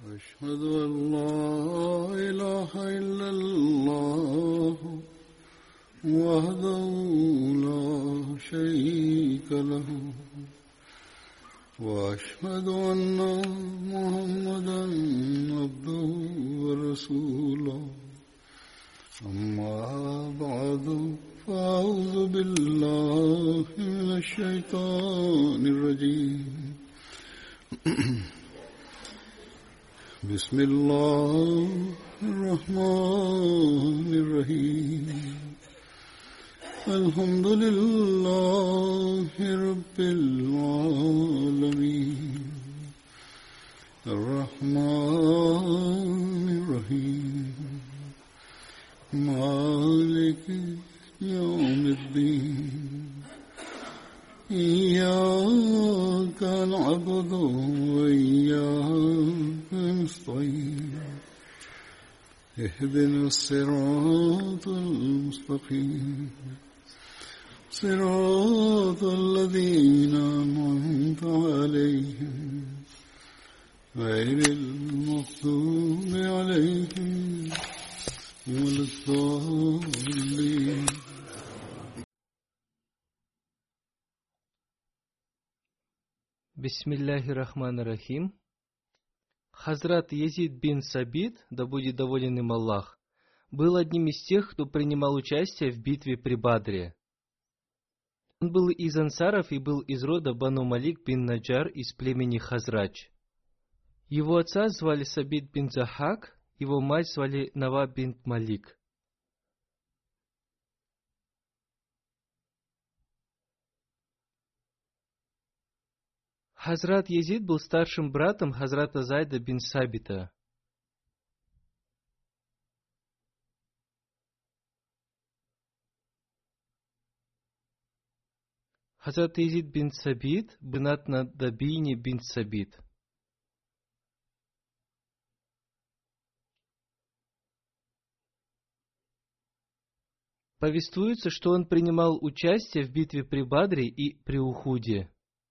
أشهد أن لا إله إلا الله وحده لا شريك له وأشهد أن محمدا عبده ورسوله أما بعد فأعوذ بالله من الشيطان الرجيم بسم الله الرحمن الرحيم الحمد لله رب العالمين الرحمن الرحيم مالك يوم الدين إياك نعبد وإياك نستعين اهدنا الصراط المستقيم صراط الذين أنعمت عليهم غير المغضوب عليهم ولا الضالين. Бисмиллахир-рахманир-рахим. Хазрат Язид бин Сабит, да будет доволен им Аллах, был одним из тех, кто принимал участие в битве при Бадре. Он был из ансаров и был из рода Бану Малик бин Наджар из племени Хазрач. Его отца звали Сабит бин Захак, его мать звали Нава бин Малик. Хазрат Язид был старшим братом Хазрата Зайда бин Сабита. Хазрат Язид бин Сабит был женат на Дабийне бин Сабит. Повествуется, что он принимал участие в битве при Бадре и при Ухуде.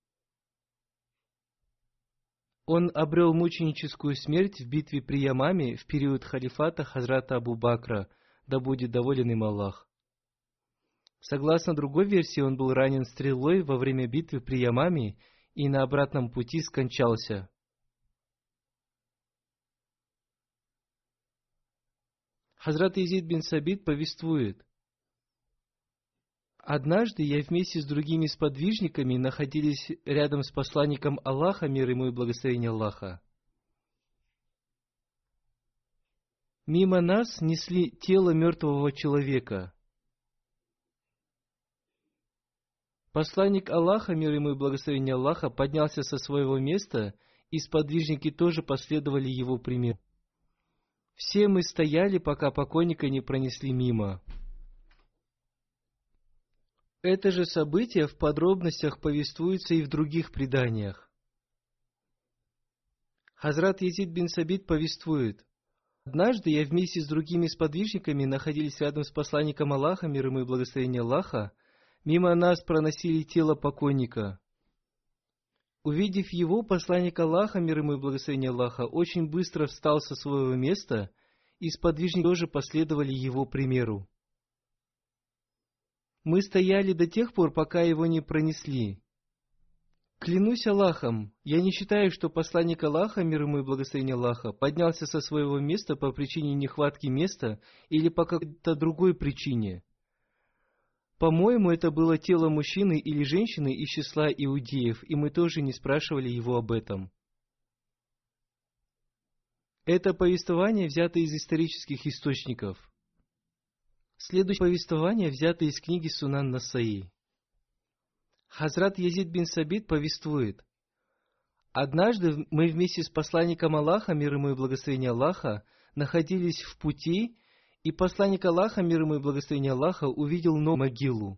Он обрел мученическую смерть в битве при Ямаме в период халифата Хазрата Абу Бакра, да будет доволен им Аллах. Согласно другой версии, он был ранен стрелой во время битвы при Ямаме и на обратном пути скончался. Хазрат Язид бин Сабит повествует: «Однажды я вместе с другими сподвижниками находились рядом с посланником Аллаха, мир ему и благословение Аллаха. Мимо нас несли тело мертвого человека. Посланник Аллаха, мир ему и благословение Аллаха, поднялся со своего места, и сподвижники тоже последовали его примеру. Все мы стояли, пока покойника не пронесли мимо». Это же событие в подробностях повествуется и в других преданиях. Хазрат Язид бин Сабит повествует: «Однажды я вместе с другими сподвижниками находились рядом с посланником Аллаха, мир ему и благословение Аллаха. Мимо нас проносили тело покойника. Увидев его, посланник Аллаха, мир ему и благословение Аллаха, очень быстро встал со своего места, и сподвижники тоже последовали его примеру. Мы стояли до тех пор, пока его не пронесли. Клянусь Аллахом, я не считаю, что посланник Аллаха, мир ему и благословение Аллаха, поднялся со своего места по причине нехватки места или по какой-то другой причине. По-моему, это было тело мужчины или женщины из числа иудеев, и мы тоже не спрашивали его об этом». Это повествование взято из исторических источников. Следующее повествование взято из книги Сунан Насаи. Хазрат Язид бин Сабит повествует: «Однажды мы вместе с посланником Аллаха, мир ему и благословение Аллаха, находились в пути, и посланник Аллаха, мир ему и благословение Аллаха, увидел новую могилу.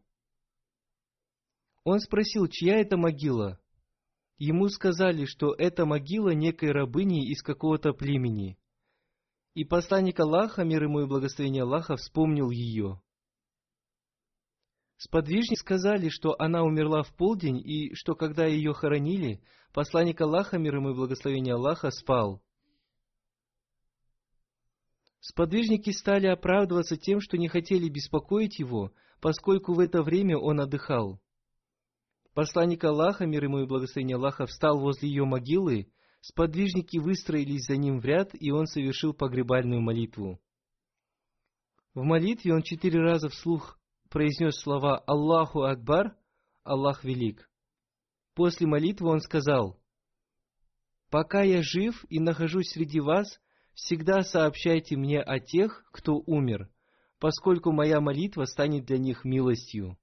Он спросил, чья это могила? Ему сказали, что это могила некой рабыни из какого-то племени. И посланник Аллаха, мир ему и благословение Аллаха, вспомнил ее. Сподвижники сказали, что она умерла в полдень, и что когда ее хоронили, посланник Аллаха, мир ему и благословение Аллаха, спал. Сподвижники стали оправдываться тем, что не хотели беспокоить его, поскольку в это время он отдыхал. Посланник Аллаха, мир ему и благословение Аллаха, встал возле ее могилы, сподвижники выстроились за ним в ряд, и он совершил погребальную молитву. В молитве он 4 раза вслух произнес слова «Аллаху Акбар», «Аллах велик». После молитвы он сказал: «Пока я жив и нахожусь среди вас, всегда сообщайте мне о тех, кто умер, поскольку моя молитва станет для них милостью».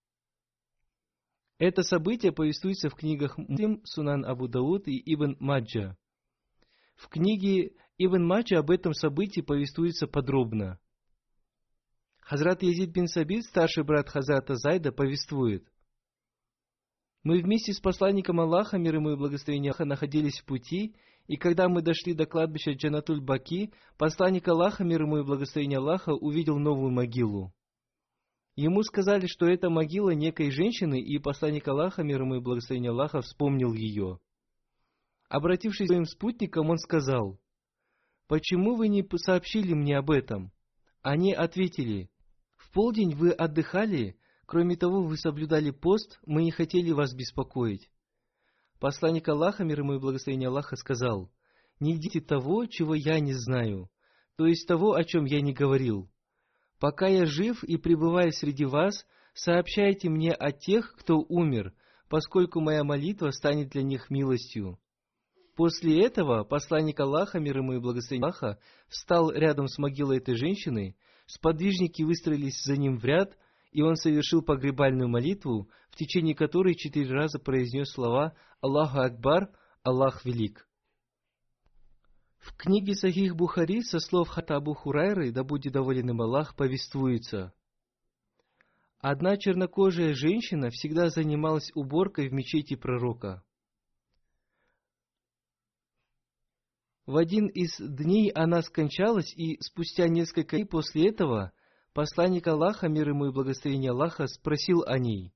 Это событие повествуется в книгах Муслим, Сунан Абу Дауд и Ибн Маджа. В книге Ибн Маджа об этом событии повествуется подробно. Хазрат Язид бин Сабит, старший брат Хазрата Зайда, повествует: «Мы вместе с посланником Аллаха, мир ему и благословение Аллаха, находились в пути, и когда мы дошли до кладбища Джанатуль-Баки, посланник Аллаха, мир ему и благословение Аллаха, увидел новую могилу. Ему сказали, что это могила некой женщины, и посланник Аллаха, мир ему и благословение Аллаха, вспомнил ее. Обратившись к своим спутникам, он сказал: «Почему вы не сообщили мне об этом?» Они ответили: «В полдень вы отдыхали, кроме того, вы соблюдали пост, мы не хотели вас беспокоить». Посланник Аллаха, мир ему и благословение Аллаха, сказал: «Не едите того, чего я не знаю, то есть того, о чем я не говорил. Пока я жив и пребываю среди вас, сообщайте мне о тех, кто умер, поскольку моя молитва станет для них милостью». После этого посланник Аллаха, мир ему и благословение Аллаха, встал рядом с могилой этой женщины, сподвижники выстроились за ним в ряд, и он совершил погребальную молитву, в течение которой 4 раза произнес слова «Аллаху Акбар», «Аллах велик». В книге Сахих Бухари со слов Абу Хурайры, да будет доволен им Аллах, повествуется: одна чернокожая женщина всегда занималась уборкой в мечети пророка. В один из дней она скончалась, и спустя несколько дней после этого посланник Аллаха, мир ему и благословение Аллаха, спросил о ней.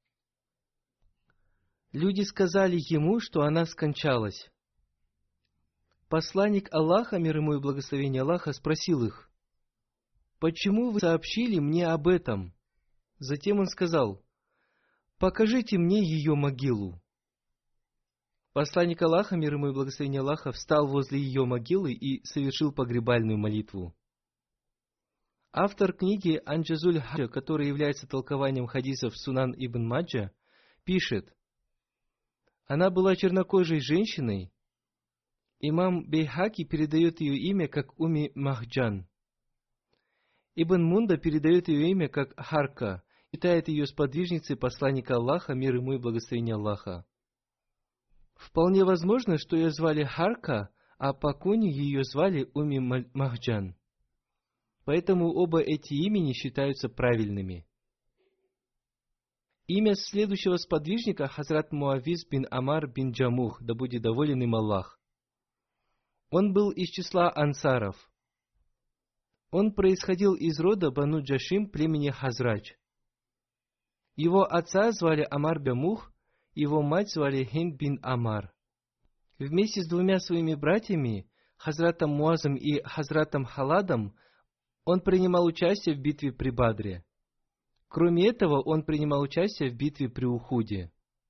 Люди сказали ему, что она скончалась. Посланник Аллаха, мир ему и благословение Аллаха, спросил их: «Почему вы сообщили мне об этом?» Затем он сказал: «Покажите мне ее могилу». Посланник Аллаха, мир ему и благословение Аллаха, встал возле ее могилы и совершил погребальную молитву. Автор книги Анджазуль Хаджа, который является толкованием хадисов Сунан ибн Маджа, пишет: она была чернокожей женщиной. Имам Бейхаки передает ее имя как Уми Махджан. Ибн Мунда передает ее имя как Харка, считает ее сподвижницей посланника Аллаха, мир ему и благословение Аллаха. Вполне возможно, что ее звали Харка, а по куни ее звали Уми Махджан. Поэтому оба эти имени считаются правильными. Имя следующего сподвижника Хазрат Муавиз бин Амар бин Джамух, да будет доволен им Аллах. Он был из числа ансаров. Он происходил из рода Бану Джашим племени Хазрач. Его отца звали Амар Бямух, его мать звали Хинд бин Амар. Вместе с 2 своими братьями, Хазратом Муазом и Хазратом Халадом, он принимал участие в битве при Бадре. Кроме этого, он принимал участие в битве при Ухуде.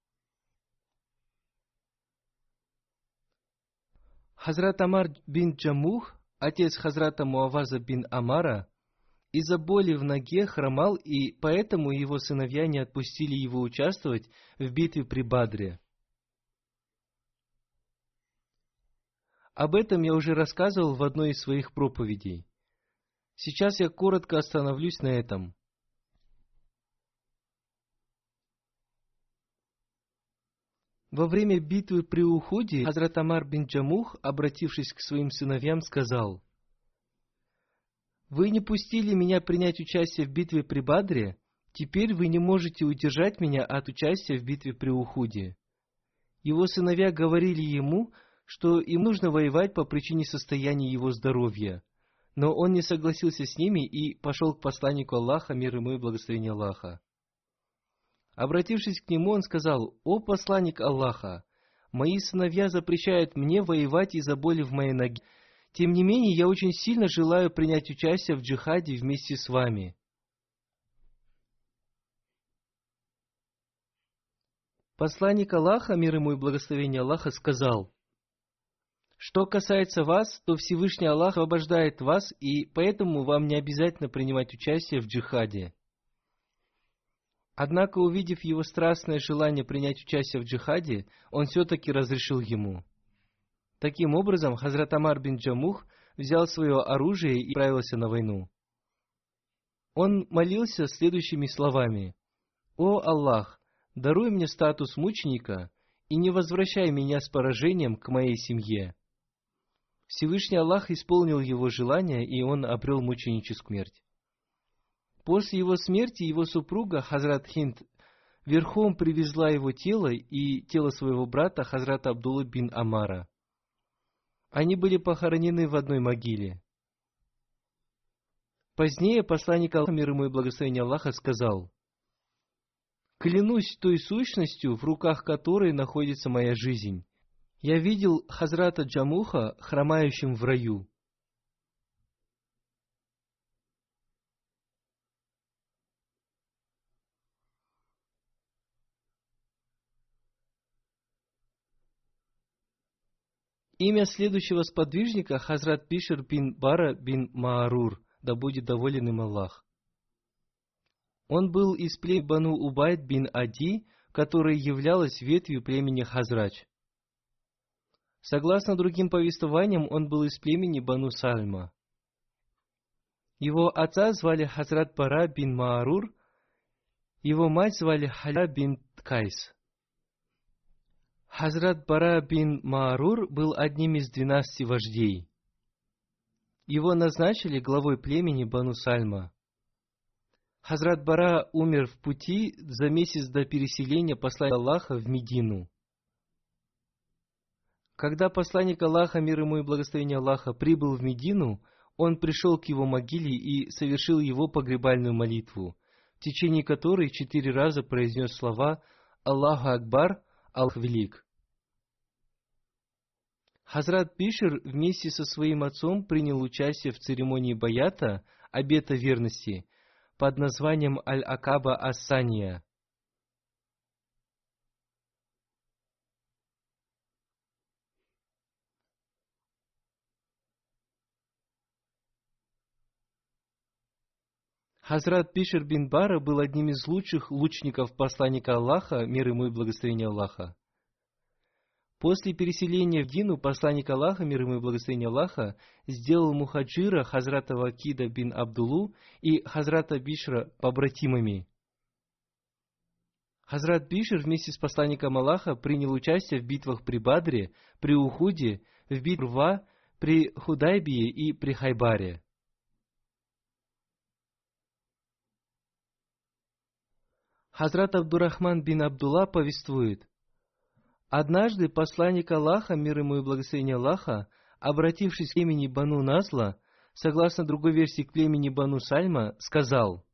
Хазрат Амар бин Джамух, отец Хазрата Муаваза бин Амара, из-за боли в ноге хромал, и поэтому его сыновья не отпустили его участвовать в битве при Бадре. Об этом я уже рассказывал в одной из своих проповедей. Сейчас я коротко остановлюсь на этом. Во время битвы при Ухуде Хазрат Амар бин Джамух, обратившись к своим сыновьям, сказал: «Вы не пустили меня принять участие в битве при Бадре, теперь вы не можете удержать меня от участия в битве при Ухуде». Его сыновья говорили ему, что им нужно воевать по причине состояния его здоровья, но он не согласился с ними и пошел к посланнику Аллаха, мир ему и благословение Аллаха. Обратившись к нему, он сказал: «О посланник Аллаха, мои сыновья запрещают мне воевать из-за боли в моей ноге. Тем не менее, я очень сильно желаю принять участие в джихаде вместе с вами. Посланник Аллаха, мир ему и благословение Аллаха, сказал: что касается вас, то Всевышний Аллах освобождает вас, и поэтому вам не обязательно принимать участие в джихаде. Однако, увидев его страстное желание принять участие в джихаде, он все-таки разрешил ему. Таким образом, Хазрат Амар бин Джамух взял свое оружие и отправился на войну. Он молился следующими словами: «О Аллах, даруй мне статус мученика и не возвращай меня с поражением к моей семье». Всевышний Аллах исполнил его желание, и он обрел мученическую смерть. После его смерти его супруга Хазрат Хинд верхом привезла его тело и тело своего брата Хазрата Абдуллы бин Амара. Они были похоронены в одной могиле. Позднее посланник Аллаха, мир ему и благословение Аллаха, сказал: «Клянусь той сущностью, в руках которой находится моя жизнь. Я видел Хазрата Джамуха, хромающим в раю». Имя следующего сподвижника Хазрат Бишр бин Бара бин Маарур, да будет доволен им Аллах. Он был из племени Бану Убайд бин Ади, которая являлась ветвью племени Хазрач. Согласно другим повествованиям, он был из племени Бану Сальма. Его отца звали Хазрат Бара бин Маарур, его мать звали Халя бин Кайс. Хазрат Бара бин Маарур был одним из 12 вождей. Его назначили главой племени Бану Сальма. Хазрат Бара умер в пути за месяц до переселения посланника Аллаха в Медину. Когда посланник Аллаха, мир ему и благословение Аллаха, прибыл в Медину, он пришел к его могиле и совершил его погребальную молитву, в течение которой 4 раза произнес слова «Аллаху Акбар, Аллах велик». Хазрат Бишр вместе со своим отцом принял участие в церемонии баята, обета верности, под названием Аль-Акаба Ас-Сания. Хазрат Бишр бин Бара был одним из лучших лучников посланника Аллаха, мир ему и благословение Аллаха. После переселения в Медину посланник Аллаха, мир ему и благословение Аллаха, сделал мухаджира Хазрата Вакида бин Абдуллу и Хазрата Бишра побратимами. Хазрат Бишр вместе с посланником Аллаха принял участие в битвах при Бадре, при Ухуде, в битве Рва, при Худайбии и при Хайбаре. Хазрат Абдурахман бин Абдулла повествует: однажды посланник Аллаха, мир ему и благословение Аллаха, обратившись к племени Бану Назла, согласно другой версии к племени Бану Сальма, сказал: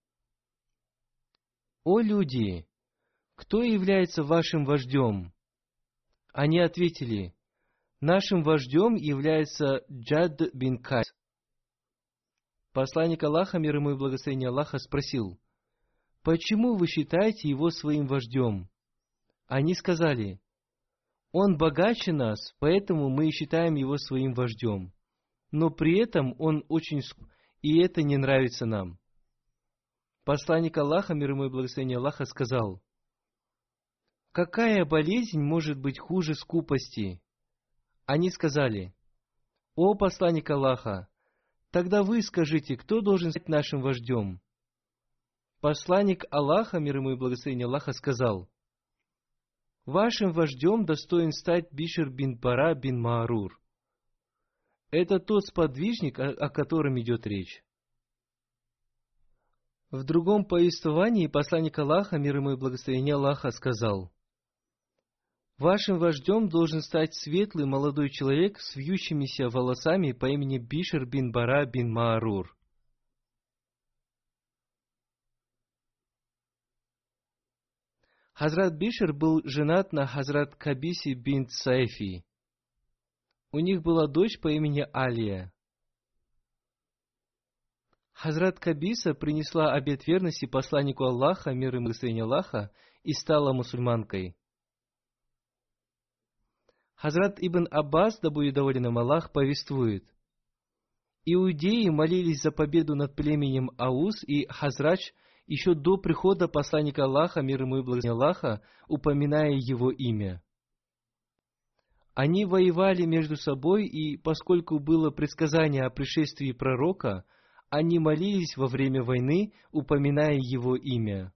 «О люди, кто является вашим вождем?» Они ответили: «Нашим вождем является Джад бин Кайс». Посланник Аллаха, мир ему и благословение Аллаха, спросил: «Почему вы считаете его своим вождем?» Они сказали: «Он богаче нас, поэтому мы считаем его своим вождем. Но при этом он очень скуп, и это не нравится нам». Посланник Аллаха, мир ему и благословение Аллаха, сказал: «Какая болезнь может быть хуже скупости?» Они сказали: «О посланник Аллаха, тогда вы скажите, кто должен стать нашим вождем?» Посланник Аллаха, мир ему и благословение Аллаха, сказал: «Вашим вождем достоин стать Бишр бин Бара бин Маарур». Это тот сподвижник, о котором идет речь. В другом повествовании посланник Аллаха, мир ему и благословение Аллаха, сказал: «Вашим вождем должен стать светлый молодой человек с вьющимися волосами по имени Бишр бин Бара бин Маарур». Хазрат Бишр был женат на Хазрат Кабиси бин Сайфи. У них была дочь по имени Алия. Хазрат Кабиса принесла обет верности посланнику Аллаха, мир и благословение Аллаха, и стала мусульманкой. Хазрат Ибн Аббас, да будет доволен им Аллах, повествует: иудеи молились за победу над племенем Аус и Хазрач еще до прихода посланника Аллаха, мир ему и благословение Аллаха, упоминая его имя. Они воевали между собой, и поскольку было предсказание о пришествии пророка, они молились во время войны, упоминая его имя.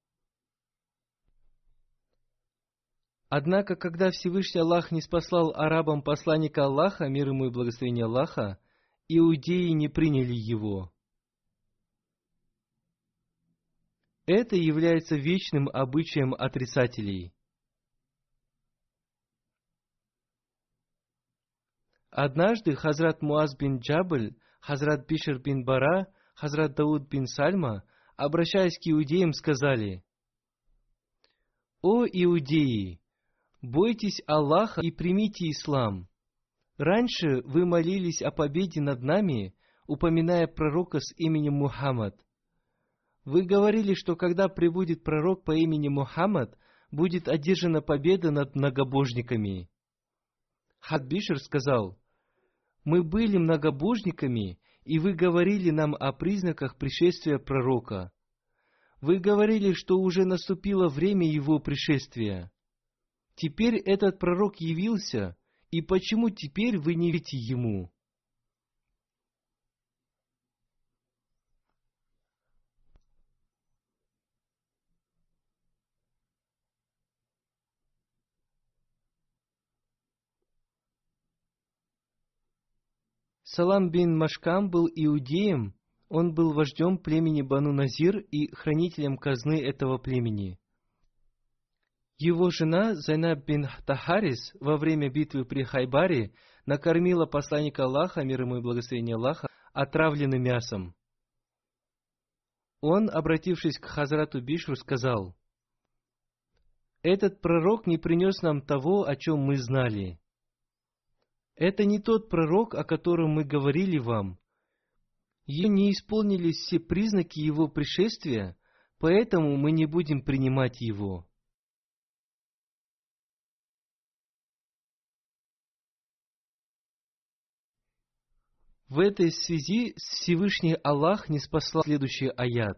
Однако, когда Всевышний Аллах ниспослал арабам посланника Аллаха, мир ему и благословение Аллаха, иудеи не приняли его. Это является вечным обычаем отрицателей. Однажды Хазрат Муаз бин Джабль, Хазрат Бишр бин Бара, Хазрат Дауд бин Сальма, обращаясь к иудеям, сказали: «О иудеи, бойтесь Аллаха и примите ислам. Раньше вы молились о победе над нами, упоминая пророка с именем Мухаммад. Вы говорили, что когда прибудет пророк по имени Мухаммад, будет одержана победа над многобожниками». Хазрат Бишр сказал: «Мы были многобожниками, и вы говорили нам о признаках пришествия пророка. Вы говорили, что уже наступило время его пришествия. Теперь этот пророк явился, и почему теперь вы не верите ему?» Салам бин Машкам был иудеем, он был вождем племени Бану Назир и хранителем казны этого племени. Его жена Зайнаб бин Тахарис во время битвы при Хайбаре накормила посланника Аллаха, мир ему и благословение Аллаха, отравленным мясом. Он, обратившись к Хазрату Бишру, сказал: «Этот пророк не принес нам того, о чем мы знали. Это не тот пророк, о котором мы говорили вам. Не исполнились все признаки его пришествия, поэтому мы не будем принимать его». В этой связи Всевышний Аллах ниспослал следующий аят.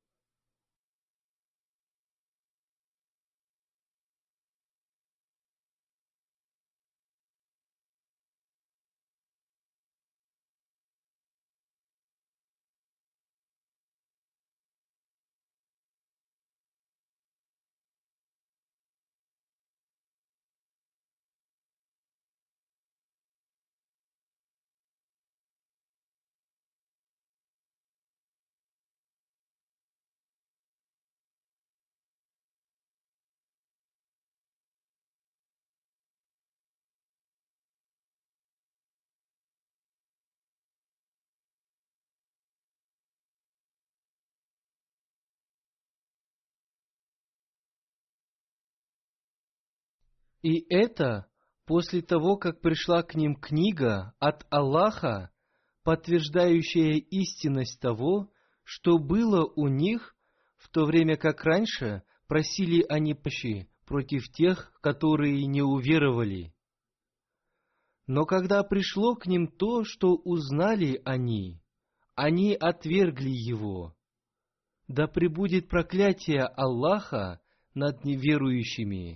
И это после того, как пришла к ним книга от Аллаха, подтверждающая истинность того, что было у них, в то время как раньше просили они помощи против тех, которые не уверовали. Но когда пришло к ним то, что узнали они отвергли его. Да пребудет проклятие Аллаха над неверующими.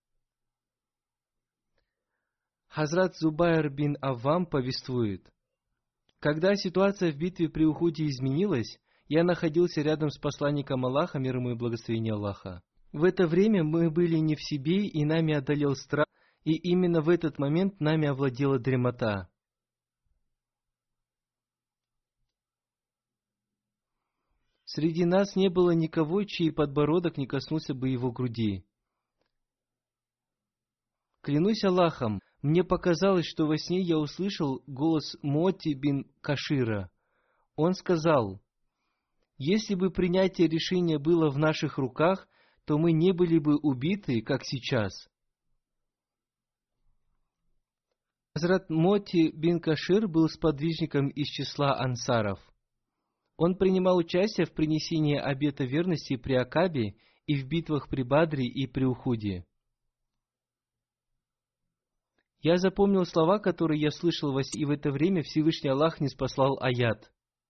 Хазрат Зубайр бин Аввам повествует: «Когда ситуация в битве при Ухуде изменилась, я находился рядом с посланником Аллаха, мир ему и благословение Аллаха. В это время мы были не в себе, и нами одолел страх, и именно в этот момент нами овладела дремота. Среди нас не было никого, чей подбородок не коснулся бы его груди. Клянусь Аллахом, мне показалось, что во сне я услышал голос Моти бин Кашира. Он сказал: «Если бы принятие решения было в наших руках, то мы не были бы убиты, как сейчас». Хазрат Моти бин Кашир был сподвижником из числа ансаров. Он принимал участие в принесении обета верности при Акабе и в битвах при Бадре и при Ухуде. Я запомнил слова, которые я слышал во сне, и в это время Всевышний Аллах ниспослал аят.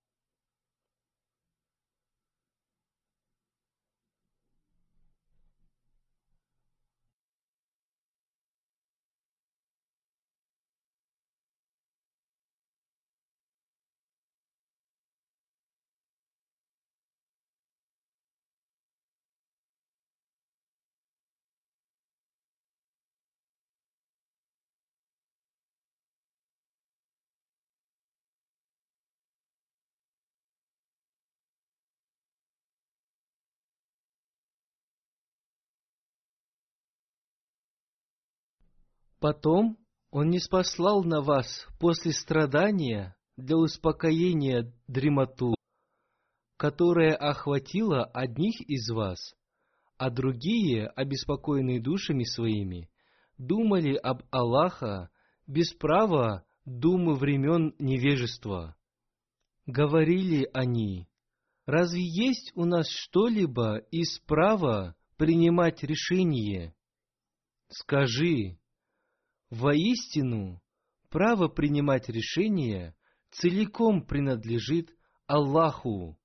Потом Он ниспослал на вас после страдания для успокоения дремоту, которая охватила одних из вас, а другие, обеспокоенные душами своими, думали об Аллаха без права думы времен невежества. Говорили они: разве есть у нас что-либо из права принимать решение? Скажи: воистину, право принимать решения целиком принадлежит Аллаху.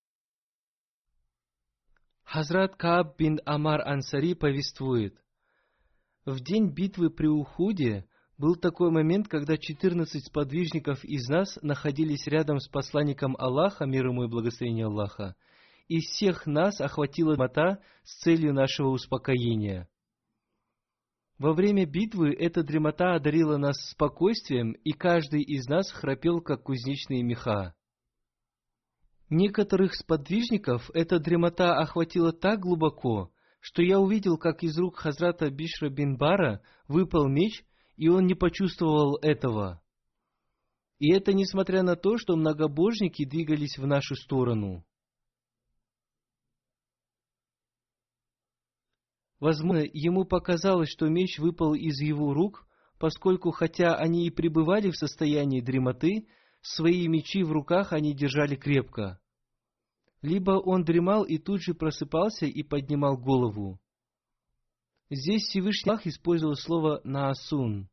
Хазрат Кааб бин Амар Ансари повествует: в день битвы при Ухуде был такой момент, когда 14 сподвижников из нас находились рядом с посланником Аллаха, мир ему и благословение Аллаха, и всех нас охватила дремота с целью нашего успокоения. Во время битвы эта дремота одарила нас спокойствием, и каждый из нас храпел, как кузнечные меха. Некоторых сподвижников эта дремота охватила так глубоко, что я увидел, как из рук Хазрата Бишра бин Бара выпал меч, и он не почувствовал этого. И это несмотря на то, что многобожники двигались в нашу сторону. Возможно, ему показалось, что меч выпал из его рук, поскольку, хотя они и пребывали в состоянии дремоты, свои мечи в руках они держали крепко. Либо он дремал и тут же просыпался и поднимал голову. Здесь Всевышний Аллах использовал слово «наасун».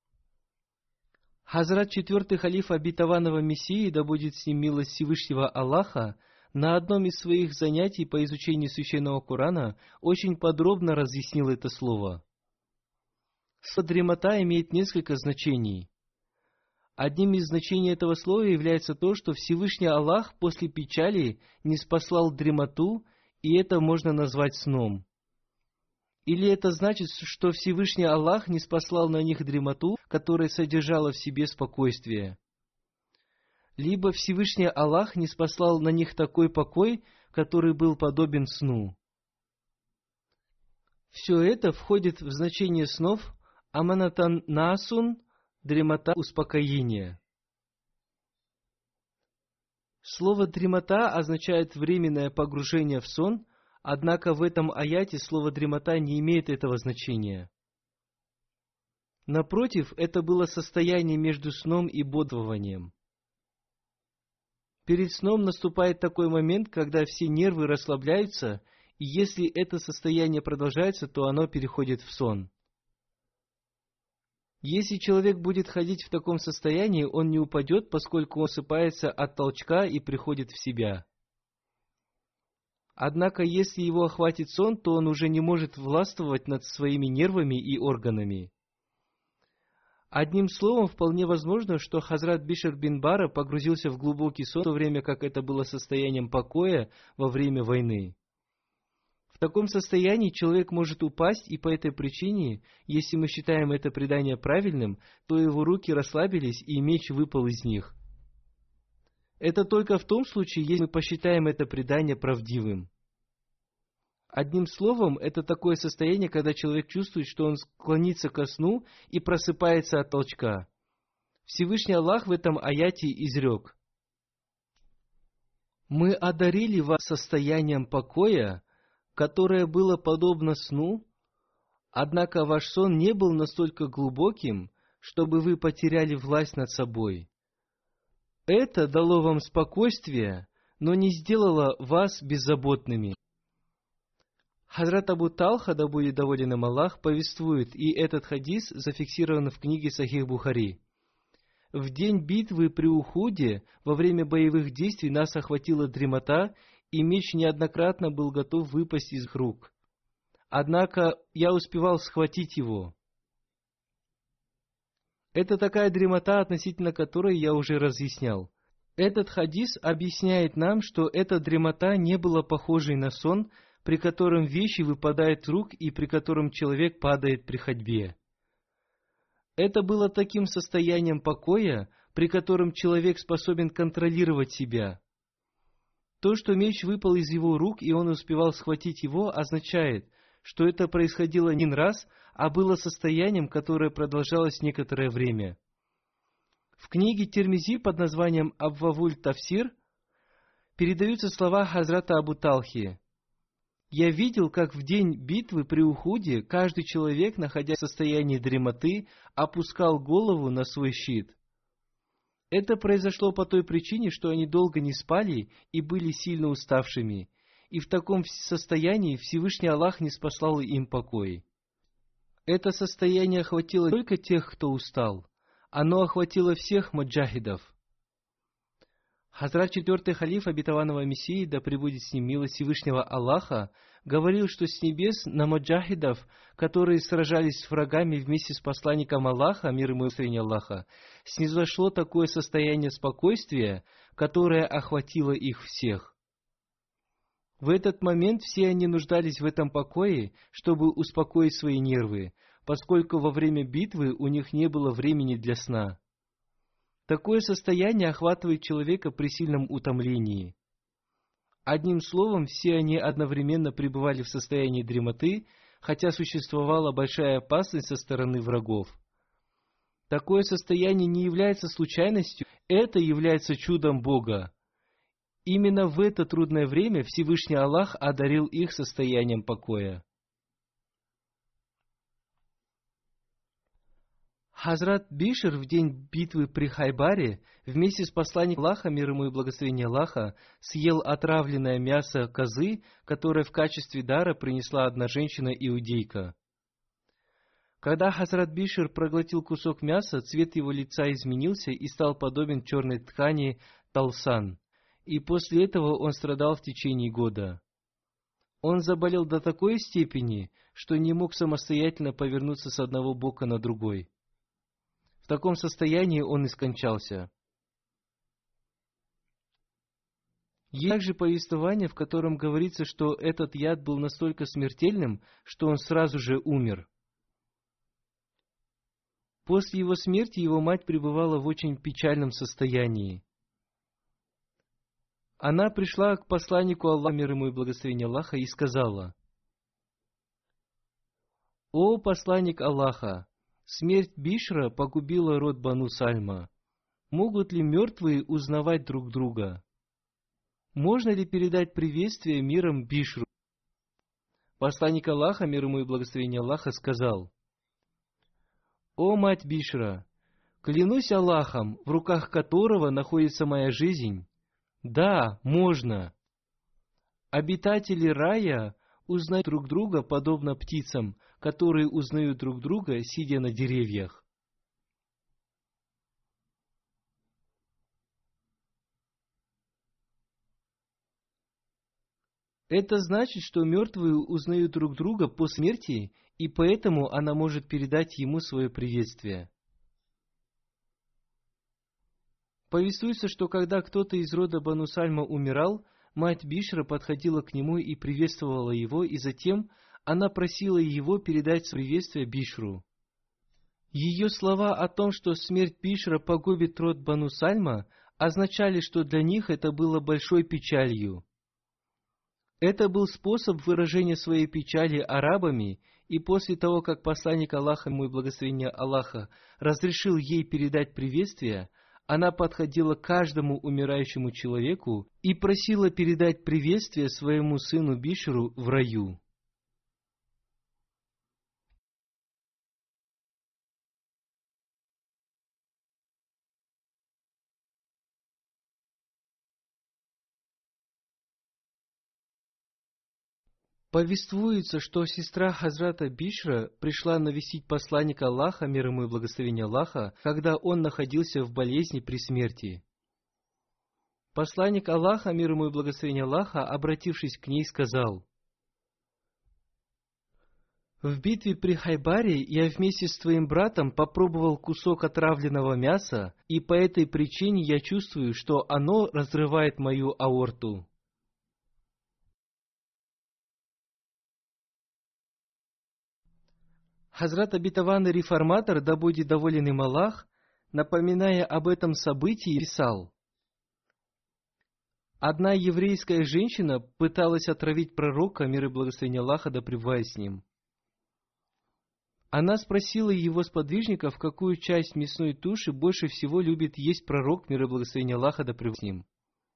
Хазрат четвертый халиф обетованного Мессии, да будет с ним милость Всевышнего Аллаха, на одном из своих занятий по изучению Священного Корана очень подробно разъяснил это слово. Слово «дремота» имеет несколько значений. Одним из значений этого слова является то, что Всевышний Аллах после печали ниспослал дремоту, и это можно назвать сном. Или это значит, что Всевышний Аллах ниспослал на них дремоту, которая содержала в себе спокойствие. Либо Всевышний Аллах ниспослал на них такой покой, который был подобен сну. Все это входит в значение снов аманатан насун, дремота успокоения. Слово «дремота» означает временное погружение в сон, однако в этом аяте слово «дремота» не имеет этого значения. Напротив, это было состояние между сном и бодрствованием. Перед сном наступает такой момент, когда все нервы расслабляются, и если это состояние продолжается, то оно переходит в сон. Если человек будет ходить в таком состоянии, он не упадет, поскольку он просыпается от толчка и приходит в себя. Однако, если его охватит сон, то он уже не может властвовать над своими нервами и органами. Одним словом, вполне возможно, что Хазрат Бишр бин Бара погрузился в глубокий сон, в то время как это было состоянием покоя во время войны. В таком состоянии человек может упасть, и по этой причине, если мы считаем это предание правильным, то его руки расслабились, и меч выпал из них. Это только в том случае, если мы посчитаем это предание правдивым. Одним словом, это такое состояние, когда человек чувствует, что он склонится ко сну и просыпается от толчка. Всевышний Аллах в этом аяте изрек: «Мы одарили вас состоянием покоя, которое было подобно сну, однако ваш сон не был настолько глубоким, чтобы вы потеряли власть над собой. Это дало вам спокойствие, но не сделало вас беззаботными. Хазрат Абу Талха, да будет доволен им Аллах, повествует, и этот хадис зафиксирован в книге Сахих Бухари. В день битвы при Ухуде, во время боевых действий, нас охватила дремота, и меч неоднократно был готов выпасть из рук. Однако я успевал схватить его. Это такая дремота, относительно которой я уже разъяснял. Этот хадис объясняет нам, что эта дремота не была похожей на сон, при котором вещи выпадают из рук и при котором человек падает при ходьбе. Это было таким состоянием покоя, при котором человек способен контролировать себя. То, что меч выпал из его рук и он успевал схватить его, означает, что это происходило не один раз, а было состоянием, которое продолжалось некоторое время. В книге Тирмизи под названием «Абвавуль Тафсир» передаются слова Хазрата Абу Талхи. «Я видел, как в день битвы при Ухуде каждый человек, находясь в состоянии дремоты, опускал голову на свой щит. Это произошло по той причине, что они долго не спали и были сильно уставшими, и в таком состоянии Всевышний Аллах не спаслал им покой. Это состояние охватило не только тех, кто устал, оно охватило всех маджахидов. Хазрат четвертый халиф обетованного Мессии, да пребудет с ним милость Всевышнего Аллаха, говорил, что с небес на маджахидов, которые сражались с врагами вместе с посланником Аллаха, мир ему и благословение Аллаха, снизошло такое состояние спокойствия, которое охватило их всех. В этот момент все они нуждались в этом покое, чтобы успокоить свои нервы, поскольку во время битвы у них не было времени для сна. Такое состояние охватывает человека при сильном утомлении. Одним словом, все они одновременно пребывали в состоянии дремоты, хотя существовала большая опасность со стороны врагов. Такое состояние не является случайностью, это является чудом Бога. Именно в это трудное время Всевышний Аллах одарил их состоянием покоя. Хазрат Бишр в день битвы при Хайбаре вместе с посланником Аллаха, мир ему и благословение Аллаха, съел отравленное мясо козы, которое в качестве дара принесла одна женщина-иудейка. Когда Хазрат Бишр проглотил кусок мяса, цвет его лица изменился и стал подобен черной ткани талсан, и после этого он страдал в течение года. Он заболел до такой степени, что не мог самостоятельно повернуться с одного бока на другой. В таком состоянии он и скончался. Есть также повествование, в котором говорится, что этот яд был настолько смертельным, что он сразу же умер. После его смерти его мать пребывала в очень печальном состоянии. Она пришла к посланнику Аллаха, мир ему и благословение Аллаха, и сказала: «О посланник Аллаха, смерть Бишра погубила род Бану Сальма. Могут ли мертвые узнавать друг друга? Можно ли передать приветствие миром Бишру?» Посланник Аллаха, мир ему и благословение Аллаха, сказал: «О мать Бишра, клянусь Аллахом, в руках которого находится моя жизнь, да, можно. Обитатели рая узнают друг друга, подобно птицам, которые узнают друг друга, сидя на деревьях». Это значит, что мертвые узнают друг друга по смерти, и поэтому она может передать ему свое приветствие. Повествуется, что когда кто-то из рода Бану Сальма умирал, мать Бишра подходила к нему и приветствовала его, и затем она просила его передать приветствие Бишру. Ее слова о том, что смерть Бишра погубит род Бану Сальма, означали, что для них это было большой печалью. Это был способ выражения своей печали арабами, и после того, как посланник Аллаха, ему и благословение Аллаха, разрешил ей передать приветствие, она подходила к каждому умирающему человеку и просила передать приветствие своему сыну Бишру в раю. Повествуется, что сестра Хазрата Бишра пришла навестить посланника Аллаха, мир ему и благословение Аллаха, когда он находился в болезни при смерти. Посланник Аллаха, мир ему и благословение Аллаха, обратившись к ней, сказал: «В битве при Хайбаре я вместе с твоим братом попробовал кусок отравленного мяса, и по этой причине я чувствую, что оно разрывает мою аорту». Хазрат обетованный реформатор, да будет доволен им Аллах, напоминая об этом событии, писал: «Одна еврейская женщина пыталась отравить пророка, мир и благословение Аллаха, да пребывает с ним. Она спросила его сподвижников, какую часть мясной туши больше всего любит есть пророк, мир и благословение Аллаха, да пребывает с ним.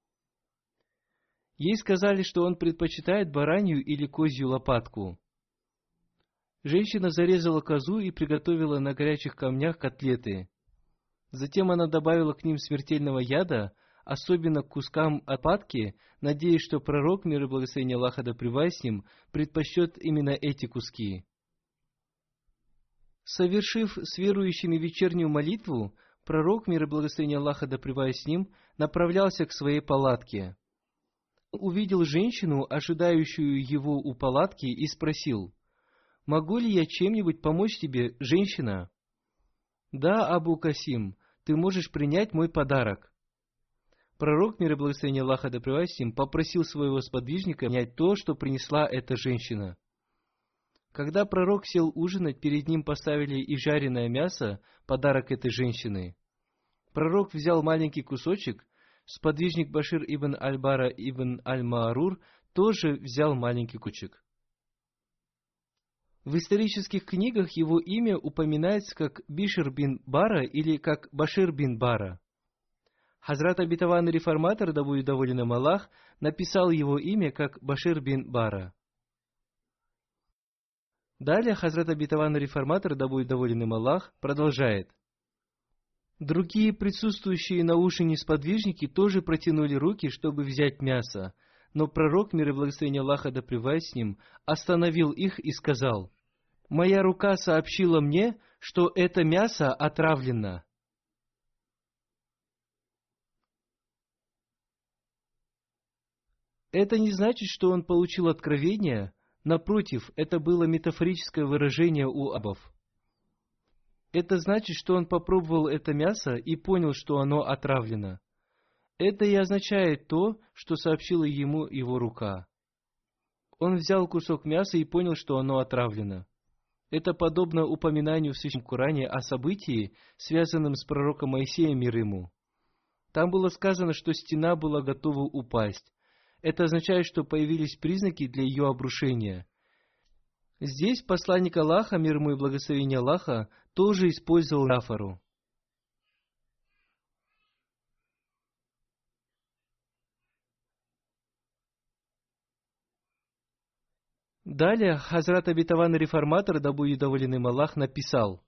Ей сказали, что он предпочитает баранью или козью лопатку. Женщина зарезала козу и приготовила на горячих камнях котлеты. Затем она добавила к ним смертельного яда, особенно к кускам лопатки, надеясь, что пророк, мир и благословение Аллаха, да пребывает с ним, предпочтет именно эти куски. Совершив с верующими вечернюю молитву, пророк, мир и благословение Аллаха, да пребывает с ним, направлялся к своей палатке. Он увидел женщину, ожидающую его у палатки, и спросил: «Могу ли я чем-нибудь помочь тебе, женщина?» «Да, Абу Касим, ты можешь принять мой подарок». Пророк, мир и благословение Аллаха, да пребывает с ним, попросил своего сподвижника принять то, что принесла эта женщина. Когда пророк сел ужинать, перед ним поставили и жареное мясо, подарок этой женщины. Пророк взял маленький кусочек, сподвижник Башир ибн Аль-Бара ибн Аль-Маарур тоже взял маленький кусочек. В исторических книгах его имя упоминается как Бишр бин Бара или как Башир бин Бара. Хазрат обетованный реформатор, да будет доволен им Аллах, написал его имя как Башир бин Бара. Далее Хазрат обетованный реформатор, да будет доволен им Аллах, продолжает: «Другие присутствующие на ужине сподвижники тоже протянули руки, чтобы взять мясо, но пророк, мир и благословение Аллаха, да пребывает с ним, остановил их и сказал: «Моя рука сообщила мне, что это мясо отравлено». Это не значит, что он получил откровение. Напротив, это было метафорическое выражение у арабов. Это значит, что он попробовал это мясо и понял, что оно отравлено. Это и означает то, что сообщила ему его рука. Он взял кусок мяса и понял, что оно отравлено. Это подобно упоминанию в Священном Коране о событии, связанном с пророком Моисеем, мир ему. Там было сказано, что стена была готова упасть. Это означает, что появились признаки для ее обрушения. Здесь посланник Аллаха, мир ему и благословение Аллаха, тоже использовал метафору. Далее Хазрат обетованный реформатор, да будет доволен им Аллах, написал: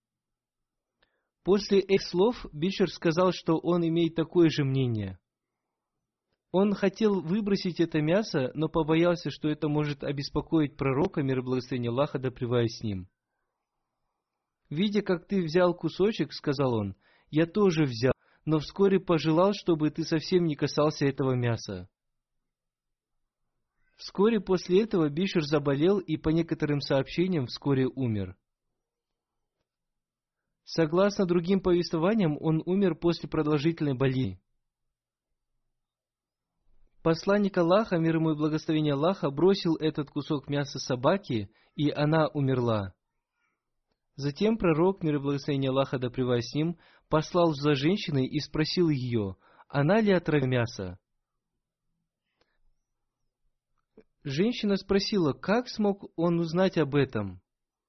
после этих слов Бишр сказал, что он имеет такое же мнение. Он хотел выбросить это мясо, но побоялся, что это может обеспокоить пророка, мир и благословение Аллаха, да пребывает с ним. «Видя, как ты взял кусочек, — сказал он, — я тоже взял, но вскоре пожелал, чтобы ты совсем не касался этого мяса». Вскоре после этого Бишр заболел и, по некоторым сообщениям, вскоре умер. Согласно другим повествованиям, он умер после продолжительной болезни. Посланник Аллаха, мир ему и благословение Аллаха, бросил этот кусок мяса собаке, и она умерла. Затем пророк, мир и благословение Аллаха, да пребывает с ним, послал за женщиной и спросил ее, она ли отравила мясо. Женщина спросила, как смог он узнать об этом.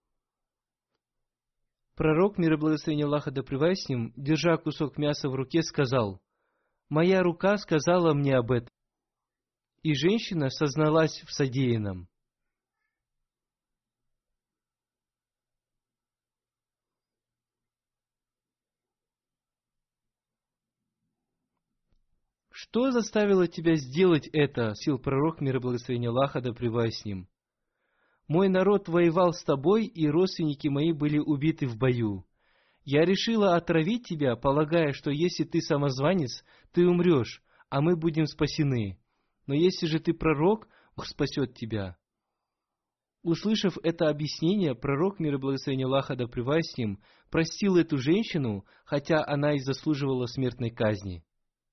Пророк, мир и благословение Аллаха, да пребывает с ним, держа кусок мяса в руке, сказал: «Моя рука сказала мне об этом». И женщина созналась в содеянном. «Что заставило тебя сделать это?» — спросил пророк, мир и благословение Аллаха, да пребывает с ним. Мой народ воевал с тобой, и родственники мои были убиты в бою. Я решила отравить тебя, полагая, что если ты самозванец, ты умрешь, а мы будем спасены. Но если же ты пророк, Бог спасет тебя». Услышав это объяснение, пророк, мир и благословение Аллаха да пребывает с ним, простил эту женщину, хотя она и заслуживала смертной казни.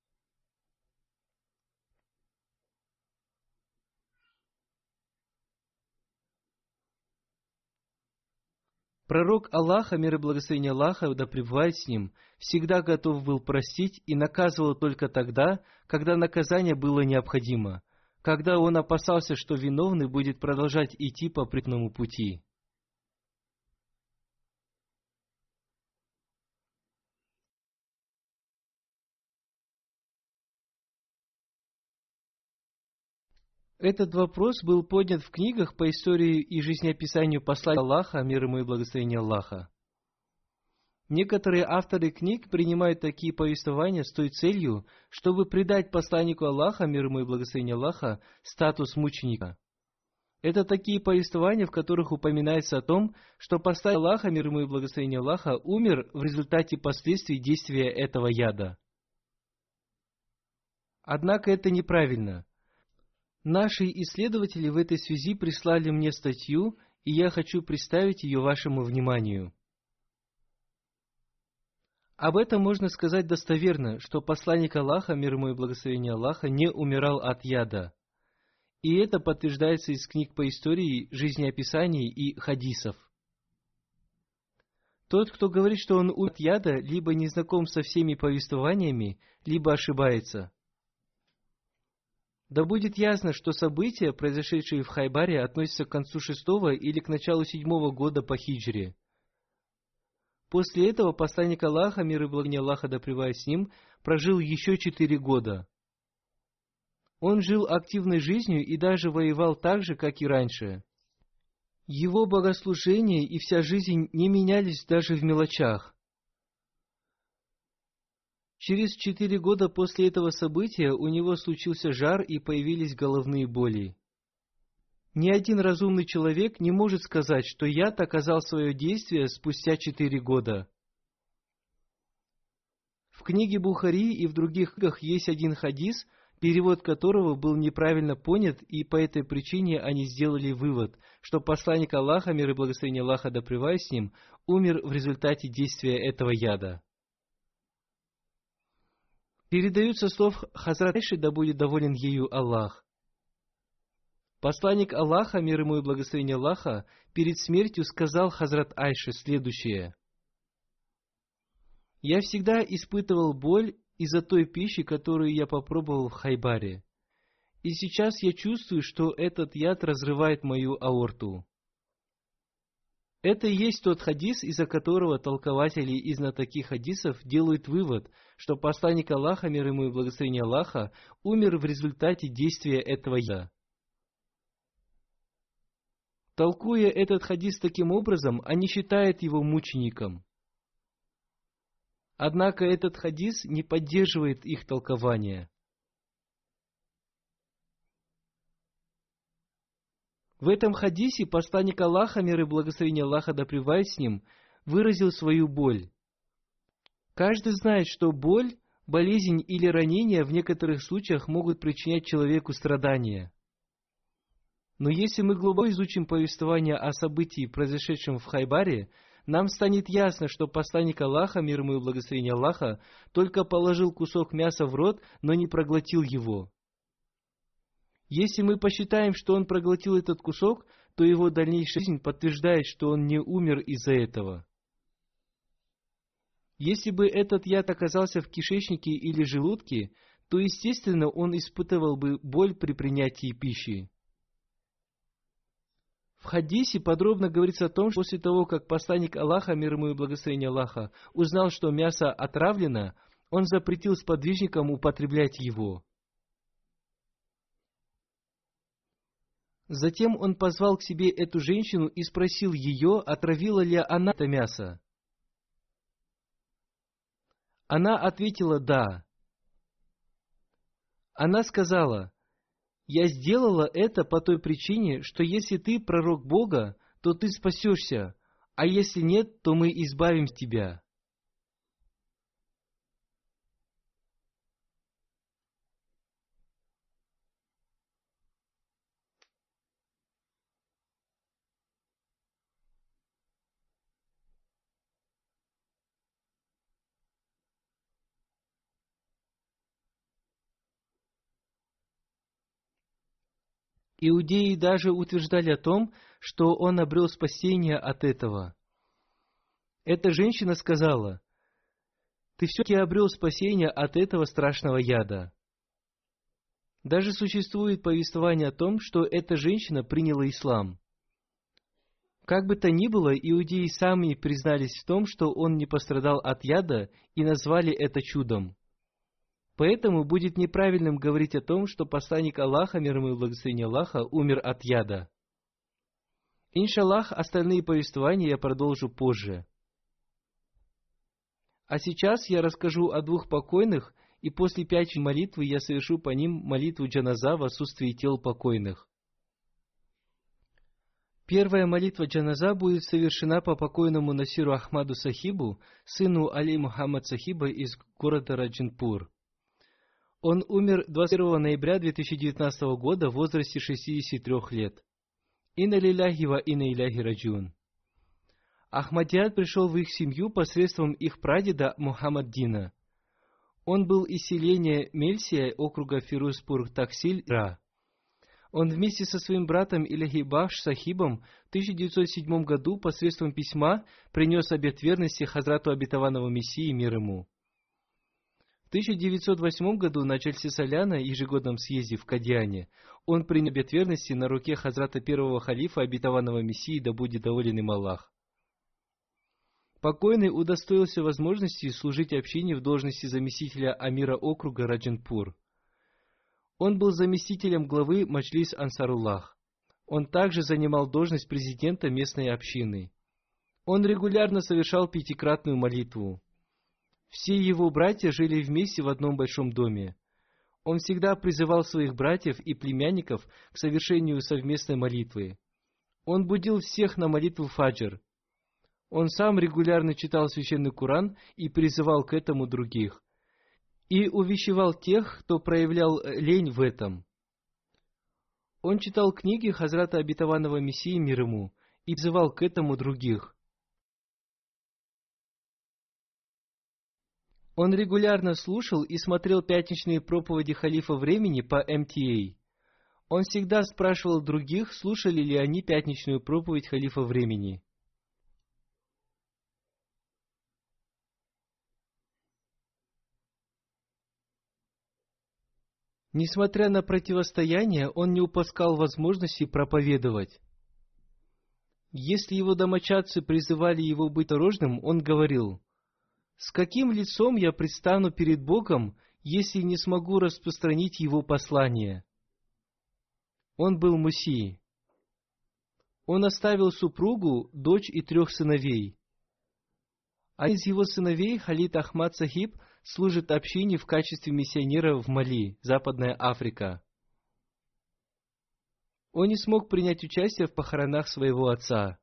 Пророк Аллаха, мир и благословение Аллаха да пребывает с ним, всегда готов был простить и наказывал только тогда, когда наказание было необходимо, когда он опасался, что виновный будет продолжать идти по прямому пути. Этот вопрос был поднят в книгах по истории и жизнеописанию послания Аллаха, мир ему и благословение Аллаха. Некоторые авторы книг принимают такие повествования с той целью, чтобы придать посланнику Аллаха, мир ему и благословение Аллаха, статус мученика. Это такие повествования, в которых упоминается о том, что посланник Аллаха, мир ему и благословение Аллаха, умер в результате последствий действия этого яда. Однако это неправильно. Наши исследователи в этой связи прислали мне статью, и я хочу представить ее вашему вниманию. Об этом можно сказать достоверно, что посланник Аллаха, мир ему и благословение Аллаха, не умирал от яда. И это подтверждается из книг по истории, жизнеописаний и хадисов. Тот, кто говорит, что он умер от яда, либо не знаком со всеми повествованиями, либо ошибается. Да будет ясно, что события, произошедшие в Хайбаре, относятся к концу 6-го или к началу 7-го года по хиджре. После этого посланник Аллаха, мир и благословение Аллаха да пребывает с ним, прожил еще 4 года. Он жил активной жизнью и даже воевал так же, как и раньше. Его богослужение и вся жизнь не менялись даже в мелочах. Через 4 года после этого события у него случился жар и появились головные боли. Ни один разумный человек не может сказать, что яд оказал свое действие спустя 4 года. В книге Бухари и в других книгах есть один хадис, перевод которого был неправильно понят, и по этой причине они сделали вывод, что посланник Аллаха, мир и благословение Аллаха да пребывает с ним, умер в результате действия этого яда. Передаются слов Хазрат Айши, да будет доволен ею Аллах. Посланник Аллаха, мир ему и благословение Аллаха, перед смертью сказал Хазрат Айше следующее: «Я всегда испытывал боль из-за той пищи, которую я попробовал в Хайбаре. И сейчас я чувствую, что этот яд разрывает мою аорту». Это и есть тот хадис, из-за которого толкователи и знатоки хадисов делают вывод, что посланник Аллаха, мир ему и благословение Аллаха, умер в результате действия этого яда. Толкуя этот хадис таким образом, они считают его мучеником. Однако этот хадис не поддерживает их толкование. В этом хадисе посланник Аллаха, мир и благословение Аллаха да пребывает с ним, выразил свою боль. Каждый знает, что боль, болезнь или ранение в некоторых случаях могут причинять человеку страдания. Но если мы глубоко изучим повествование о событии, произошедшем в Хайбаре, нам станет ясно, что посланник Аллаха, мир ему и благословение Аллаха, только положил кусок мяса в рот, но не проглотил его. Если мы посчитаем, что он проглотил этот кусок, то его дальнейшая жизнь подтверждает, что он не умер из-за этого. Если бы этот яд оказался в кишечнике или желудке, то, естественно, он испытывал бы боль при принятии пищи. В хадисе подробно говорится о том, что после того, как посланник Аллаха, мир ему и благословение Аллаха, узнал, что мясо отравлено, он запретил сподвижникам употреблять его. Затем он позвал к себе эту женщину и спросил ее, отравила ли она это мясо. Она ответила «да». Она сказала: Я сделала это по той причине, что если ты пророк Бога, то ты спасешься, а если нет, то мы избавим тебя. Иудеи даже утверждали о том, что он обрел спасение от этого. Эта женщина сказала: «Ты все-таки обрел спасение от этого страшного яда». Даже существует повествование о том, что эта женщина приняла ислам. Как бы то ни было, иудеи сами признались в том, что он не пострадал от яда, и назвали это чудом. Поэтому будет неправильным говорить о том, что посланник Аллаха, мир ему и благословение Аллаха, умер от яда. Иншаллах, остальные повествования я продолжу позже. А сейчас я расскажу о двух покойных, и после 5 молитвы я совершу по ним молитву джаназа в отсутствии тел покойных. Первая молитва джаназа будет совершена по покойному Насиру Ахмаду Сахибу, сыну Али Мухаммад Сахиба из города Раджинпур. Он умер 21 ноября 2019 года в возрасте 63 лет. Инна лилляхи ва инна иляхи раджиун. Ахмадият пришел в их семью посредством их прадеда Мухаммад-Дина. Он был из селения Мельсия, округа Фирузпур-Таксиль-Ра. Он вместе со своим братом Иляхи Бахш Сахибом в 1907 году посредством письма принес обет верности Хазрату обетованного Мессии, мир ему. В 1908 году на Джальсе Саляна, ежегодном съезде в Кадьяне, он принял обет верности на руке Хазрата первого халифа обетованного Мессии, да будет доволен им Аллах. Покойный удостоился возможности служить общине в должности заместителя амира округа Раджинпур. Он был заместителем главы Маджлис Ансаруллах. Он также занимал должность президента местной общины. Он регулярно совершал 5-кратную молитву. Все его братья жили вместе в одном большом доме. Он всегда призывал своих братьев и племянников к совершению совместной молитвы. Он будил всех на молитву фаджр. Он сам регулярно читал священный Коран и призывал к этому других. И увещевал тех, кто проявлял лень в этом. Он читал книги Хазрата обетованного Мессии, мир ему, и призывал к этому других. Он регулярно слушал и смотрел пятничные проповеди халифа времени по МТА. Он всегда спрашивал других, слушали ли они пятничную проповедь халифа времени. Несмотря на противостояние, он не упускал возможности проповедовать. Если его домочадцы призывали его быть осторожным, он говорил: «С каким лицом я предстану перед Богом, если не смогу распространить Его послание?» Он был муссией. Он оставил супругу, дочь и 3 сыновей. Один из его сыновей, Халид Ахмад Сахиб, служит общине в качестве миссионера в Мали, Западная Африка. Он не смог принять участие в похоронах своего отца.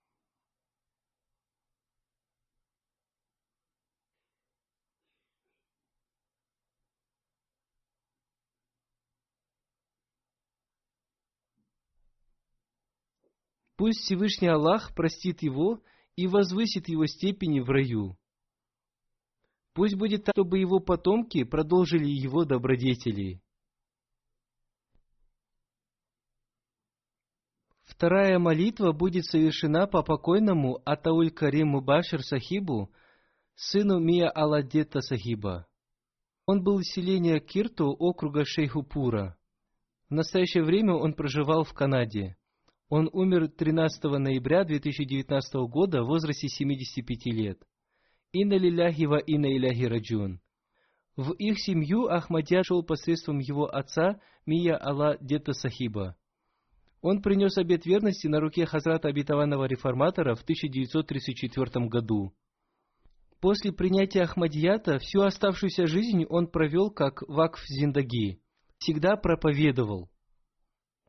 Пусть Всевышний Аллах простит его и возвысит его степени в раю. Пусть будет так, чтобы его потомки продолжили его добродетели. Вторая молитва будет совершена по покойному Атауль Карим Мубашир Сахибу, сыну Мия Аладдета Сахиба. Он был из селения Кирту, округа Шейхупура. В настоящее время он проживал в Канаде. Он умер 13 ноября 2019 года в возрасте 75 лет. Инна лилляхи ва инна иляхи раджиун. В их семью Ахмадият шел посредством его отца Мия Аладдета Сахиба. Он принес обет верности на руке Хазрата обетованного реформатора в 1934 году. После принятия Ахмадията всю оставшуюся жизнь он провел как вакф зиндаги, всегда проповедовал.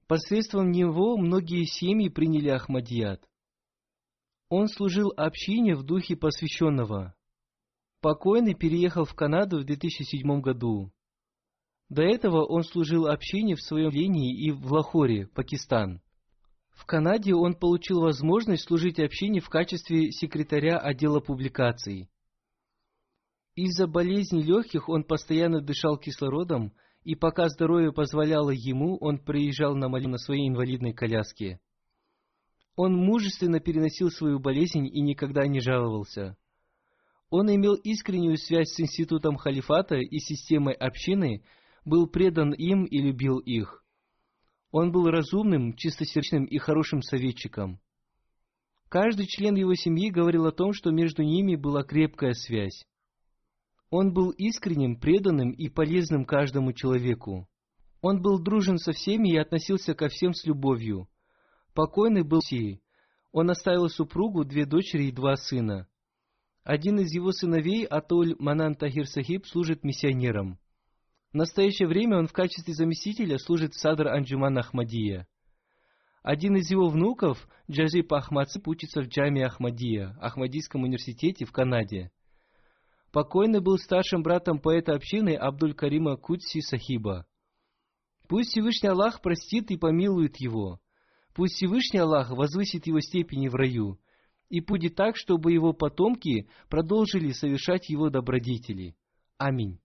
Посредством него многие семьи приняли Ахмадият. Он служил общине в духе посвященного. Покойный переехал в Канаду в 2007 году. До этого он служил общине в своем селении и в Лахоре, Пакистан. В Канаде он получил возможность служить общине в качестве секретаря отдела публикаций. Из-за болезни легких он постоянно дышал кислородом, и пока здоровье позволяло ему, он приезжал на молитву на своей инвалидной коляске. Он мужественно переносил свою болезнь и никогда не жаловался. Он имел искреннюю связь с институтом халифата и системой общины, был предан им и любил их. Он был разумным, чистосердечным и хорошим советчиком. Каждый член его семьи говорил о том, что между ними была крепкая связь. Он был искренним, преданным и полезным каждому человеку. Он был дружен со всеми и относился ко всем с любовью. Покойный был сей. Он оставил супругу, 2 дочери и 2 сына. Один из его сыновей, Атуль Манан Тахир Сахиб, служит миссионером. В настоящее время он в качестве заместителя служит в Садр Анджуман Ахмадия. Один из его внуков, Джазип Ахмадсип, учится в Джами Ахмадия, Ахмадийском университете в Канаде. Покойный был старшим братом поэта общины Абдуль Карима Кудси Сахиба. Пусть Всевышний Аллах простит и помилует его. Пусть Всевышний Аллах возвысит его степени в раю. И будет так, чтобы его потомки продолжили совершать его добродетели. Аминь.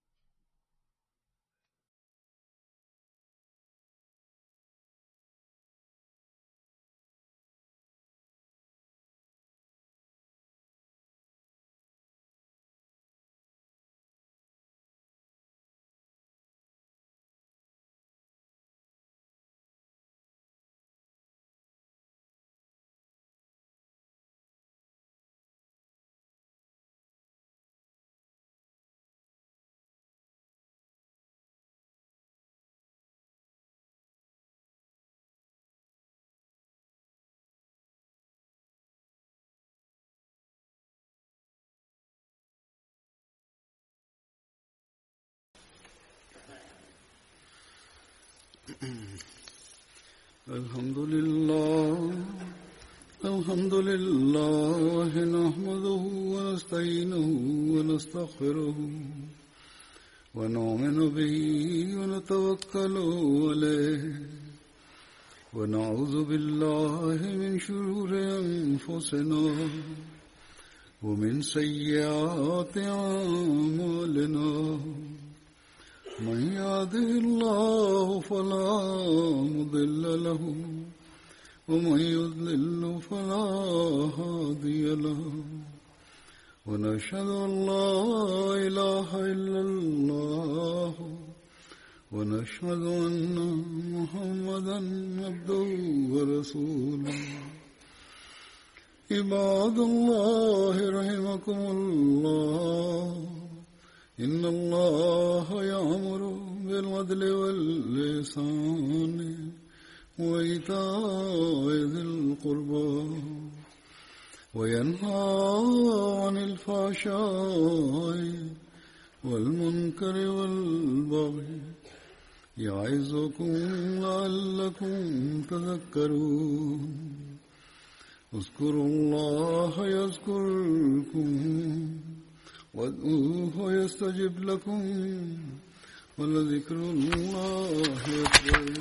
الحمد لله نحمده ونستعينه ونستغفره ونؤمن به ونتوكل عليه ونعوذ بالله من شرور أنفسنا ومن سيئات أعمالنا من يهده الله فلا مضل له ومن يضلل فلا هادي له ونشهد أن لا إله إلا الله ونشهد أن محمدا عبده ورسوله عباد الله رحمكم الله إن الله يأمر بالعدل والإحسان وإيتاء ذي القربى وينهى عن الفحشاء والمنكر والبغي يعظكم لعلكم تذكرون اذكروا الله يذكركم وادعوه يستجب لكم ولذكر الله أكبر